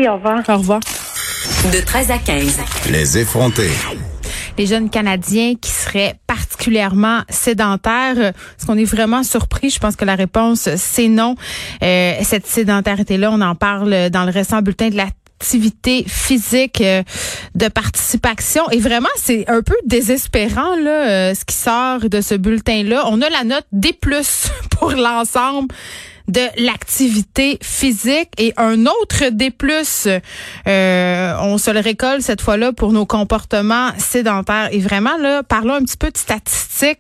Au revoir. Au revoir. De 13 à 15. Les effrontés. Les jeunes Canadiens qui seraient particulièrement sédentaires. Est-ce qu'on est vraiment surpris? Je pense que la réponse, c'est non. Cette sédentarité-là, on en parle dans le récent bulletin de l'activité physique de participation. Et vraiment, c'est un peu désespérant là, ce qui sort de ce bulletin-là. On a la note D+, pour l'ensemble de l'activité physique et un autre D+, on se le récolte cette fois-là pour nos comportements sédentaires. Et vraiment, là, parlons un petit peu de statistiques.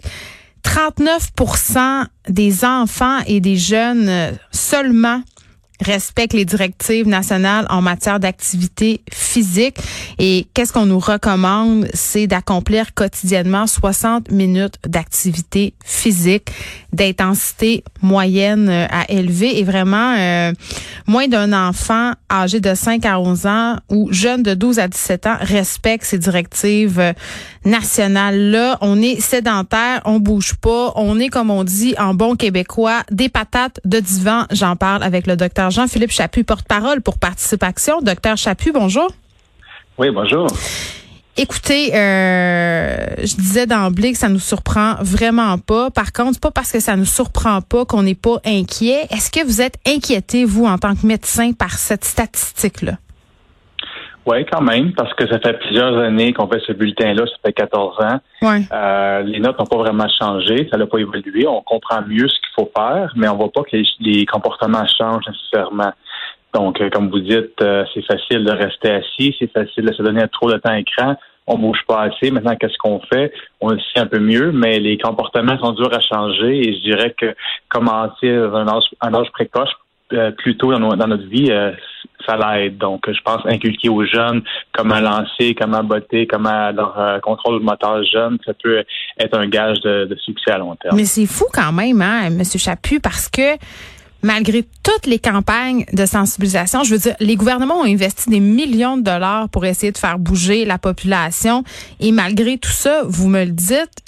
39% des enfants et des jeunes seulement respectent les directives nationales en matière d'activité physique. Et qu'est-ce qu'on nous recommande? C'est d'accomplir quotidiennement 60 minutes d'activité physique d'intensité moyenne à élevée. Et vraiment, moins d'un enfant âgé de 5 à 11 ans ou jeune de 12 à 17 ans respecte ces directives nationales-là. On est sédentaire, on bouge pas, on est, comme on dit en bon québécois, des patates de divan. J'en parle avec le docteur Jean-Philippe Chaput, porte-parole pour Participation. Docteur Chaput, bonjour. Oui, bonjour. Écoutez, je disais d'emblée que ça nous surprend vraiment pas. Par contre, c'est pas parce que ça nous surprend pas qu'on n'est pas inquiet. Est-ce que vous êtes inquiété, vous, en tant que médecin, par cette statistique-là? Oui, quand même, parce que ça fait plusieurs années qu'on fait ce bulletin-là, ça fait 14 ans. Ouais. Les notes n'ont pas vraiment changé, ça n'a pas évolué. On comprend mieux ce qu'il faut faire, mais on voit pas que les comportements changent nécessairement. Donc, comme vous dites, c'est facile de rester assis, c'est facile de se donner trop de temps à l'écran. On bouge pas assez. Maintenant, qu'est-ce qu'on fait? On le sait un peu mieux, mais les comportements sont durs à changer et je dirais que commencer à un âge précoce, plus tôt dans notre vie, ça l'aide. Donc, je pense inculquer aux jeunes comment lancer, comment botter, comment leur contrôle moteur jeune, ça peut être un gage de succès à long terme. Mais c'est fou quand même, hein, M. Chaput, parce que malgré toutes les campagnes de sensibilisation, je veux dire, les gouvernements ont investi des millions de dollars pour essayer de faire bouger la population. Et malgré tout ça, vous me le dites,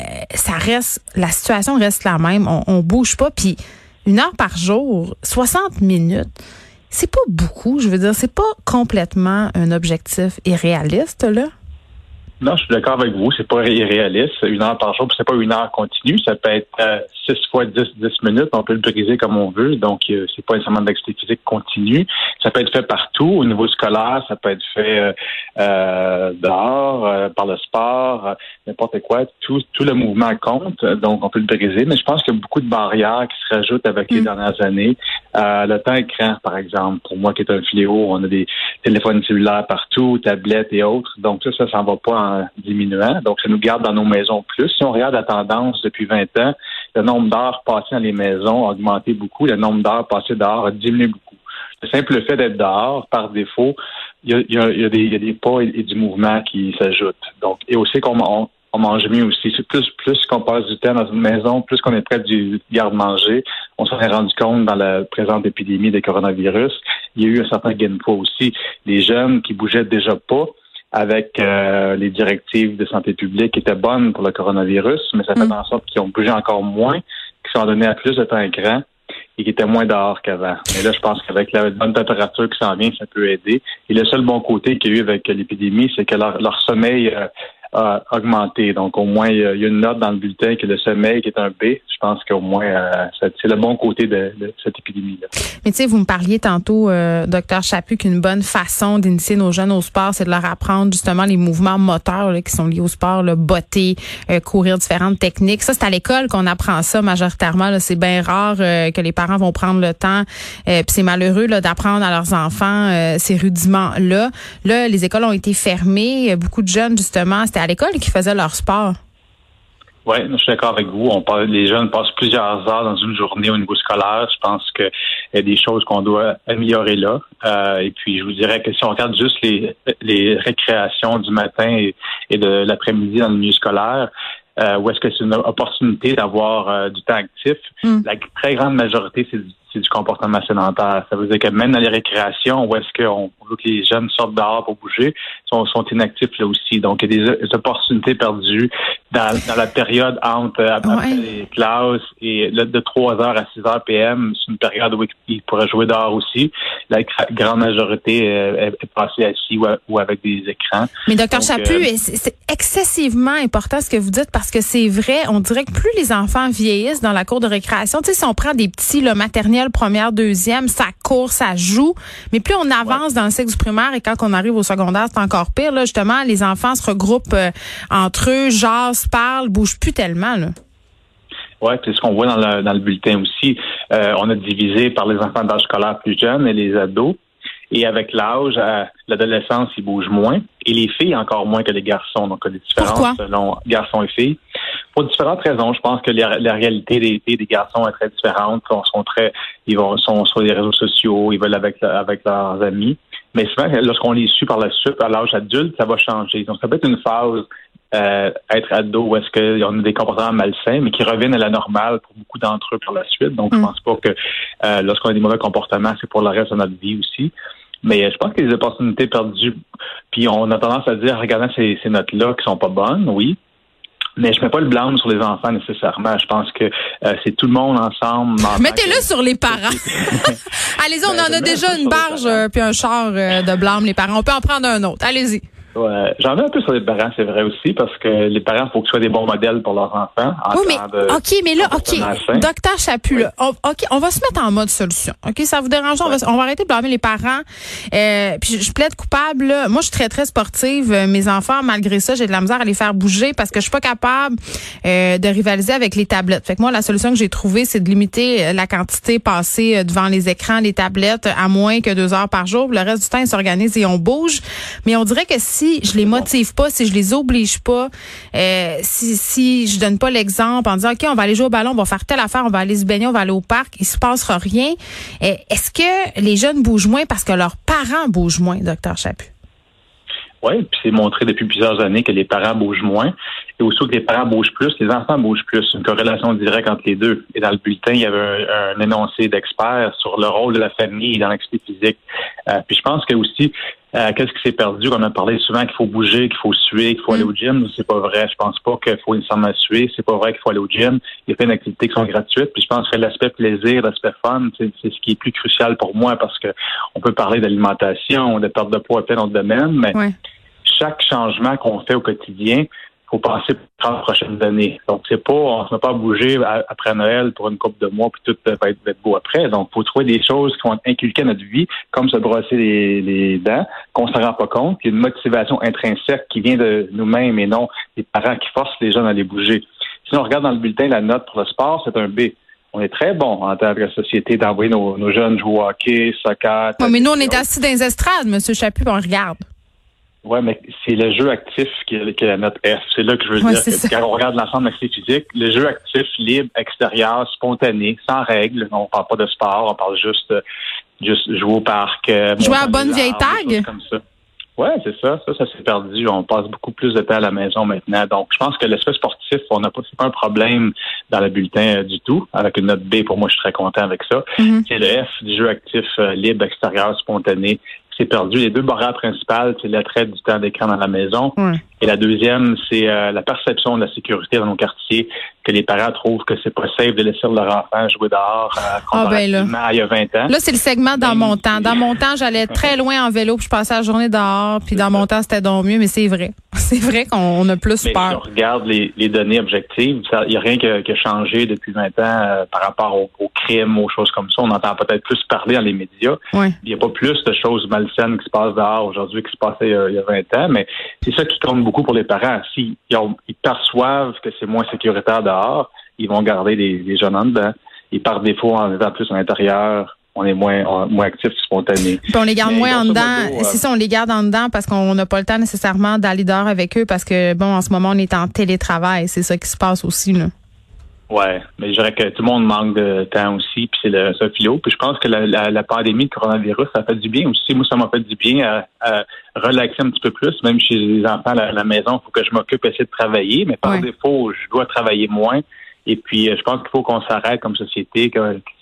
la situation reste la même. On bouge pas. Puis 1 heure par jour, 60 minutes, c'est pas beaucoup. Je veux dire, c'est pas complètement un objectif irréaliste, là. Non, je suis d'accord avec vous. C'est pas irréaliste. 1 heure par jour, puis c'est pas 1 heure continue. Ça peut être 6 fois 10 minutes. On peut le briser comme on veut. Donc, c'est pas nécessairement de l'activité physique continue. Ça peut être fait partout. Au niveau scolaire, ça peut être fait dehors, par le sport, n'importe quoi. Tout le mouvement compte. Donc, on peut le briser. Mais je pense qu'il y a beaucoup de barrières qui se rajoutent avec les dernières années. Le temps écran, par exemple, pour moi qui est un fléau, on a des téléphones cellulaires partout, tablettes et autres. Donc, ça s'en va pas en diminuant. Donc, ça nous garde dans nos maisons plus. Si on regarde la tendance depuis 20 ans, le nombre d'heures passées dans les maisons a augmenté beaucoup. Le nombre d'heures passées dehors a diminué beaucoup. Le simple fait d'être dehors, par défaut, il y a des pas et du mouvement qui s'ajoutent. Donc, et aussi qu'on mange mieux aussi. Plus qu'on passe du temps dans une maison, plus qu'on est près du garde-manger. On s'en est rendu compte dans la présente épidémie de coronavirus. Il y a eu un certain gain de poids aussi. Les jeunes qui bougeaient déjà pas avec les directives de santé publique qui étaient bonnes pour le coronavirus, mais ça fait en sorte qu'ils ont bougé encore moins, qu'ils sont donnés à plus de temps écran et qui étaient moins dehors qu'avant. Mais là, je pense qu'avec la bonne température qui s'en vient, ça peut aider. Et le seul bon côté qu'il y a eu avec l'épidémie, c'est que leur sommeil a augmenté. Donc, au moins, il y a une note dans le bulletin que le sommeil qui est un B. Je pense qu'au moins, c'est le bon côté de cette épidémie-là. Mais tu sais, vous me parliez tantôt, Dr Chaput, qu'une bonne façon d'initier nos jeunes au sport, c'est de leur apprendre justement les mouvements moteurs là, qui sont liés au sport, là, botter, courir, différentes techniques. Ça, c'est à l'école qu'on apprend ça majoritairement. Là. C'est bien rare que les parents vont prendre le temps. Puis c'est malheureux là, d'apprendre à leurs enfants ces rudiments-là. Là, les écoles ont été fermées. Beaucoup de jeunes, justement, c'était à l'école qui faisaient leur sport. Oui, je suis d'accord avec vous. Les jeunes passent plusieurs heures dans une journée au niveau scolaire. Je pense qu'il y a des choses qu'on doit améliorer là. Et puis, je vous dirais que si on regarde juste les récréations du matin et de l'après-midi dans le milieu scolaire, où est-ce que c'est une opportunité d'avoir du temps actif, la très grande majorité, c'est du comportement sédentaire. Ça veut dire que même dans les récréations, où est-ce qu'on veut que les jeunes sortent dehors pour bouger, sont inactifs là aussi. Donc, il y a des opportunités perdues dans la période entre après les classes et de 3h à 6h PM. C'est une période où ils pourraient jouer dehors aussi. La grande majorité est passée assis ou avec des écrans. Mais Dr Chaput, c'est excessivement important ce que vous dites parce que c'est vrai, on dirait que plus les enfants vieillissent dans la cour de récréation, tu sais, si on prend des petits maternelle, première, deuxième, ça court, ça joue, mais plus on avance dans le cycle du primaire et quand on arrive au secondaire, c'est encore pire. Là, justement, les enfants se regroupent entre eux, jasent, parlent, bougent plus tellement. Là. Oui, c'est ce qu'on voit dans le bulletin aussi. On a divisé par les enfants d'âge scolaire plus jeunes et les ados. Et avec l'âge, l'adolescence, ils bougent moins. Et les filles, encore moins que les garçons. Donc, il y a des différences selon garçons et filles. Pour différentes raisons. Je pense que la réalité des filles et des garçons est très différente. Ils sont sur les réseaux sociaux, ils veulent avec leurs amis. Mais souvent, lorsqu'on les suit par la suite, à l'âge adulte, ça va changer. Donc, ça peut être une phase être ado où est-ce qu'ils ont des comportements malsains, mais qui reviennent à la normale pour beaucoup d'entre eux par la suite. Donc, je pense pas que lorsqu'on a des mauvais comportements, c'est pour le reste de notre vie aussi. Mais je pense que les opportunités perdues, puis on a tendance à dire, regardant ces notes-là qui sont pas bonnes, oui. Mais je mets pas le blâme sur les enfants nécessairement. Je pense que c'est tout le monde ensemble. Mettez-le sur les parents. Allez-y, on en a déjà une barge puis un char de blâme, les parents. On peut en prendre un autre. Allez-y. Ouais, j'en ai un peu sur les parents, c'est vrai aussi, parce que les parents, il faut qu'ils soient des bons modèles pour leurs enfants. Docteur Chaput, là, on va se mettre en mode solution. OK, ça vous dérange? On va arrêter de blâmer les parents. Puis je plaide coupable, là. Moi, je suis très, très sportive. Mes enfants, malgré ça, j'ai de la misère à les faire bouger parce que je suis pas capable de rivaliser avec les tablettes. Fait que moi, la solution que j'ai trouvée, c'est de limiter la quantité passée devant les écrans, les tablettes, à moins que 2 heures par jour. Le reste du temps, ils s'organisent et on bouge. Mais on dirait que si je les motive pas, si je les oblige pas, si je donne pas l'exemple en disant OK, on va aller jouer au ballon, on va faire telle affaire, on va aller se baigner, on va aller au parc, il se passera rien. Est-ce que les jeunes bougent moins parce que leurs parents bougent moins, Dr Chaput? Oui, puis c'est montré depuis plusieurs années que les parents bougent moins. Et aussi que les parents bougent plus, les enfants bougent plus. Une corrélation directe entre les deux. Et dans le bulletin, il y avait un énoncé d'experts sur le rôle de la famille dans l'activité physique. Puis je pense que aussi, qu'est-ce qui s'est perdu? On a parlé souvent qu'il faut bouger, qu'il faut suer, qu'il faut aller au gym. C'est pas vrai. Je pense pas qu'il faut nécessairement suer. C'est pas vrai qu'il faut aller au gym. Il y a plein d'activités qui sont gratuites. Puis je pense que l'aspect plaisir, l'aspect fun, c'est ce qui est plus crucial pour moi parce que on peut parler d'alimentation, de perte de poids et plein d'autres domaines, mais chaque changement qu'on fait au quotidien, faut penser pour les prochaines années. Donc, on se met pas à bouger après Noël pour une couple de mois puis tout va être beau après. Donc, faut trouver des choses qui vont inculquer notre vie, comme se brosser les dents, qu'on se rend pas compte. Puis une motivation intrinsèque qui vient de nous-mêmes et non des parents qui forcent les jeunes à aller bouger. Si on regarde dans le bulletin la note pour le sport, c'est un B. On est très bon en tant que société d'envoyer nos jeunes jouer au hockey, soccer. Oui, mais nous, on est assis dans les estrades, M. Chaput, on regarde. Oui, mais c'est le jeu actif qui est la note F. C'est là que je veux dire que quand on regarde l'ensemble de l'activité physique, le jeu actif, libre, extérieur, spontané, sans règles. On parle pas de sport, on parle juste jouer au parc. Jouer à bonne vieille tag? Oui, c'est ça. Ça s'est perdu. On passe beaucoup plus de temps à la maison maintenant. Donc, je pense que l'aspect sportif, c'est pas un problème dans le bulletin du tout. Avec une note B, pour moi, je suis très content avec ça. C'est le F du jeu actif, libre, extérieur, spontané. C'est perdu. Les 2 barrières principales, c'est l'attrait du temps d'écran dans la maison. Et la deuxième, c'est la perception de la sécurité dans nos quartiers, que les parents trouvent que c'est pas safe de laisser leur enfant jouer dehors comparativement il y a 20 ans. Là, c'est le segment dans mon temps. Dans mon temps, j'allais très loin en vélo, puis je passais la journée dehors, puis dans mon temps, c'était donc mieux, mais c'est vrai. C'est vrai qu'on a plus peur. Si on regarde les données objectives, il n'y a rien qui a changé depuis 20 ans par rapport aux crimes, aux choses comme ça. On entend peut-être plus parler dans les médias. Il n'y a pas plus de choses malsaines qui se passent dehors aujourd'hui qui se passaient il y a 20 ans, mais c'est ça qui compte beaucoup pour les parents. S'ils perçoivent que c'est moins sécuritaire dehors, ils vont garder les jeunes en dedans. Et par défaut, en étant plus à l'intérieur, on est moins actif, spontané. Puis on les garde moins en dedans. C'est ça, on les garde en dedans parce qu'on n'a pas le temps nécessairement d'aller dehors avec eux parce que, bon, en ce moment, on est en télétravail. C'est ça qui se passe aussi, là. Ouais, mais je dirais que tout le monde manque de temps aussi, puis c'est le philo. Puis je pense que la pandémie de coronavirus, ça fait du bien aussi. Moi, ça m'a fait du bien à relaxer un petit peu plus. Même chez les enfants à la maison, il faut que je m'occupe, essayer de travailler, mais par défaut, je dois travailler moins. Et puis, je pense qu'il faut qu'on s'arrête comme société,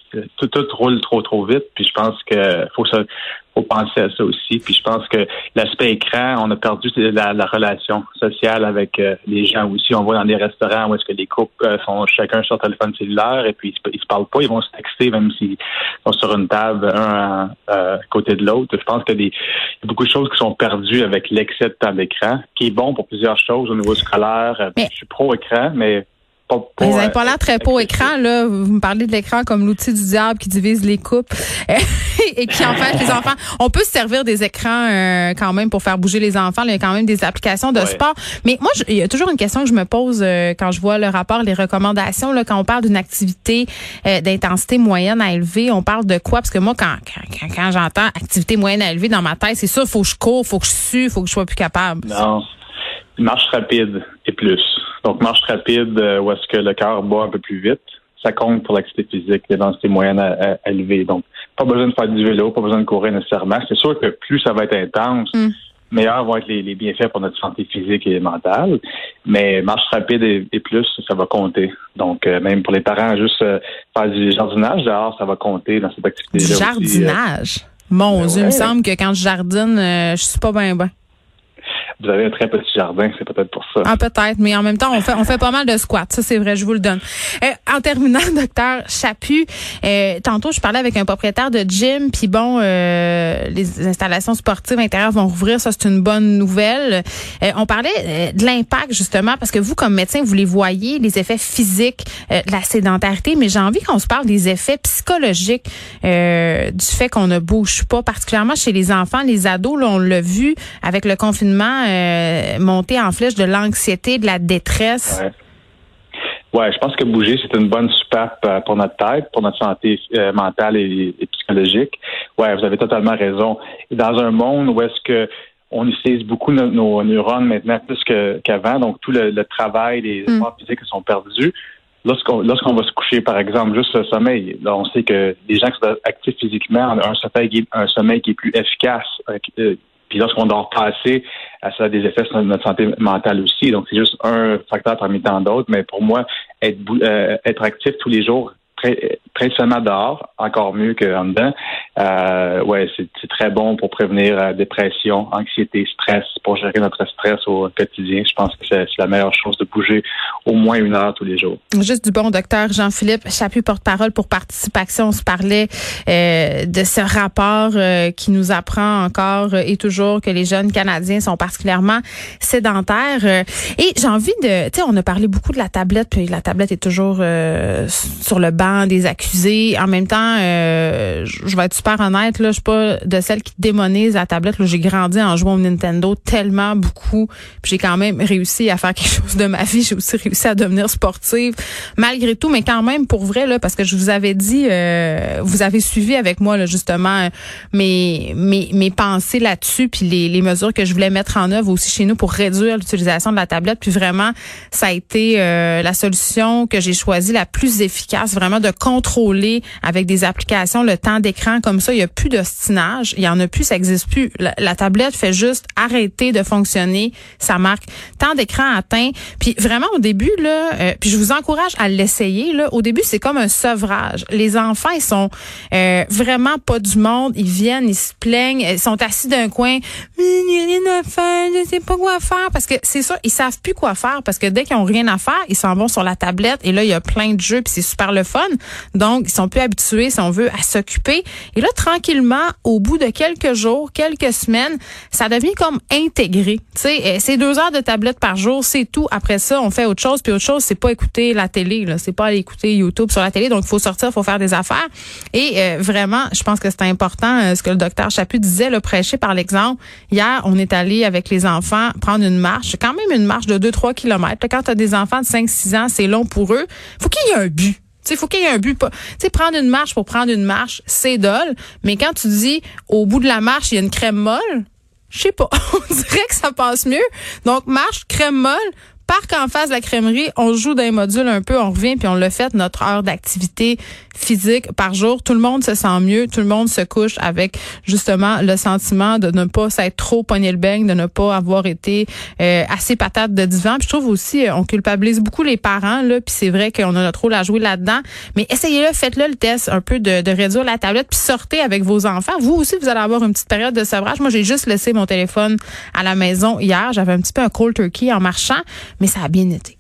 tout roule trop vite. Puis je pense que faut penser à ça aussi. Puis je pense que l'aspect écran, on a perdu la relation sociale avec les gens aussi. On voit dans les restaurants où est-ce que les couples sont chacun sur leur téléphone cellulaire et puis ils se parlent pas. Ils vont se texter même s'ils sont sur une table, un à côté de l'autre. Je pense qu'il y a beaucoup de choses qui sont perdues avec l'excès de temps d'écran, qui est bon pour plusieurs choses au niveau scolaire. Je suis pro-écran, mais vous n'avez pas l'air très pro-écran, là. Vous me parlez de l'écran comme l'outil du diable qui divise les couples et qui empêche les enfants. On peut se servir des écrans quand même pour faire bouger les enfants. Il y a quand même des applications de sport. Mais moi, il y a toujours une question que je me pose quand je vois le rapport, les recommandations. Là, quand on parle d'une activité d'intensité moyenne à élevée, on parle de quoi? Parce que moi, quand j'entends activité moyenne à élevée dans ma tête, c'est ça, faut que je cours, faut que je sue, faut que je sois plus capable. Non. Marche rapide et plus. Donc, marche rapide où est-ce que le cœur bat un peu plus vite, ça compte pour l'activité physique, les densités moyennes à élever. Donc, pas besoin de faire du vélo, pas besoin de courir nécessairement. C'est sûr que plus ça va être intense, meilleurs vont être les bienfaits pour notre santé physique et mentale. Mais marche rapide et plus, ça va compter. Donc, même pour les parents, juste faire du jardinage dehors, ça va compter dans cette activité-là. Du jardinage? Aussi. Mon Dieu, il me semble que quand je jardine, je suis pas bien. Vous avez un très petit jardin, c'est peut-être pour ça. Ah, peut-être, mais en même temps, on fait pas mal de squats. Ça, c'est vrai, je vous le donne. En terminant, docteur Chaput, tantôt, je parlais avec un propriétaire de gym, puis bon, les installations sportives intérieures vont rouvrir, ça, c'est une bonne nouvelle. On parlait de l'impact, justement, parce que vous, comme médecin, vous les voyez, les effets physiques de la sédentarité, mais j'ai envie qu'on se parle des effets psychologiques du fait qu'on ne bouge pas, particulièrement chez les enfants, les ados. Là, on l'a vu avec le confinement, monter en flèche de l'anxiété, de la détresse. Ouais, je pense que bouger, c'est une bonne soupape pour notre tête, pour notre santé mentale et psychologique. Ouais, vous avez totalement raison. Et dans un monde où est-ce que on utilise beaucoup nos neurones maintenant plus qu'avant, donc tout le travail, les efforts physiques qui sont perdus. Lorsqu'on va se coucher, par exemple, juste le sommeil, là, on sait que les gens qui sont actifs physiquement ont un sommeil qui est plus efficace. Puis lorsqu'on dort pas assez, ça a des effets sur notre santé mentale aussi. Donc, c'est juste un facteur parmi tant d'autres. Mais pour moi, être actif tous les jours, principalement dehors, encore mieux qu'en dedans, c'est très bon pour prévenir dépression, anxiété, stress, pour gérer notre stress au quotidien. Je pense que c'est la meilleure chose de bouger au moins 1 heure tous les jours. Juste du bon, docteur Jean-Philippe Chaput, porte-parole pour Participation. On se parlait de ce rapport qui nous apprend encore et toujours que les jeunes Canadiens sont particulièrement sédentaires. Et j'ai envie de, tu sais, on a parlé beaucoup de la tablette, puis la tablette est toujours sur le banc des accusés. En même temps, je vais être super honnête, là, je suis pas de celle qui démonise la tablette. Là, j'ai grandi en jouant au Nintendo tellement beaucoup. Puis j'ai quand même réussi à faire quelque chose de ma vie. J'ai aussi réussi à devenir sportive malgré tout, mais quand même pour vrai, là, parce que je vous avais dit, vous avez suivi avec moi là, justement mes pensées là-dessus, puis les mesures que je voulais mettre en œuvre aussi chez nous pour réduire l'utilisation de la tablette. Puis vraiment, ça a été la solution que j'ai choisie la plus efficace, vraiment de contrôler avec des applications le temps d'écran. Comme ça, il n'y a plus d'ostinage, il y en a plus, ça n'existe plus. La tablette fait juste arrêter de fonctionner. Ça marque temps d'écran atteint. Puis vraiment au début là, puis je vous encourage à l'essayer là. Au début, c'est comme un sevrage. Les enfants, ils sont vraiment pas du monde. Ils viennent, ils se plaignent, ils sont assis d'un coin. Il y a rien à faire, je sais pas quoi faire. Parce que c'est ça, ils savent plus quoi faire. Parce que dès qu'ils ont rien à faire, ils s'en vont sur la tablette et là, il y a plein de jeux puis c'est super le fun. Donc, ils sont plus habitués, si on veut, à s'occuper. Et là, tranquillement, au bout de quelques jours, quelques semaines, ça devient comme intégré. Tu sais, c'est 2 heures de tablette par jour, c'est tout. Après ça, on fait autre chose. Puis autre chose, c'est pas écouter la télé, là. C'est pas aller écouter YouTube sur la télé. Donc, il faut sortir, il faut faire des affaires. Et vraiment, je pense que c'est important, ce que le docteur Chaput disait, le prêcher par l'exemple. Hier, on est allé avec les enfants prendre une marche. C'est quand même une marche de 2-3 kilomètres. Quand tu as des enfants de 5-6 ans, c'est long pour eux. Faut qu'il y ait un but. Il faut qu'il y ait un but. Tu sais, prendre une marche pour prendre une marche, c'est dole. Mais quand tu dis, au bout de la marche, il y a une crème molle, je sais pas. On dirait que ça passe mieux. Donc, marche, crème molle, parc en face de la crèmerie, on joue dans les modules un peu, on revient, puis on l'a fait, notre heure d'activité physique par jour. Tout le monde se sent mieux, tout le monde se couche avec justement le sentiment de ne pas s'être trop pogné le beigne, de ne pas avoir été assez patate de divan. Puis je trouve aussi, on culpabilise beaucoup les parents, là, puis c'est vrai qu'on a notre rôle à jouer là-dedans, mais essayez-le, faites-le le test un peu de réduire la tablette, puis sortez avec vos enfants. Vous aussi, vous allez avoir une petite période de sevrage. Moi, j'ai juste laissé mon téléphone à la maison hier. J'avais un petit peu un cold turkey en marchant, mais ça a bien été.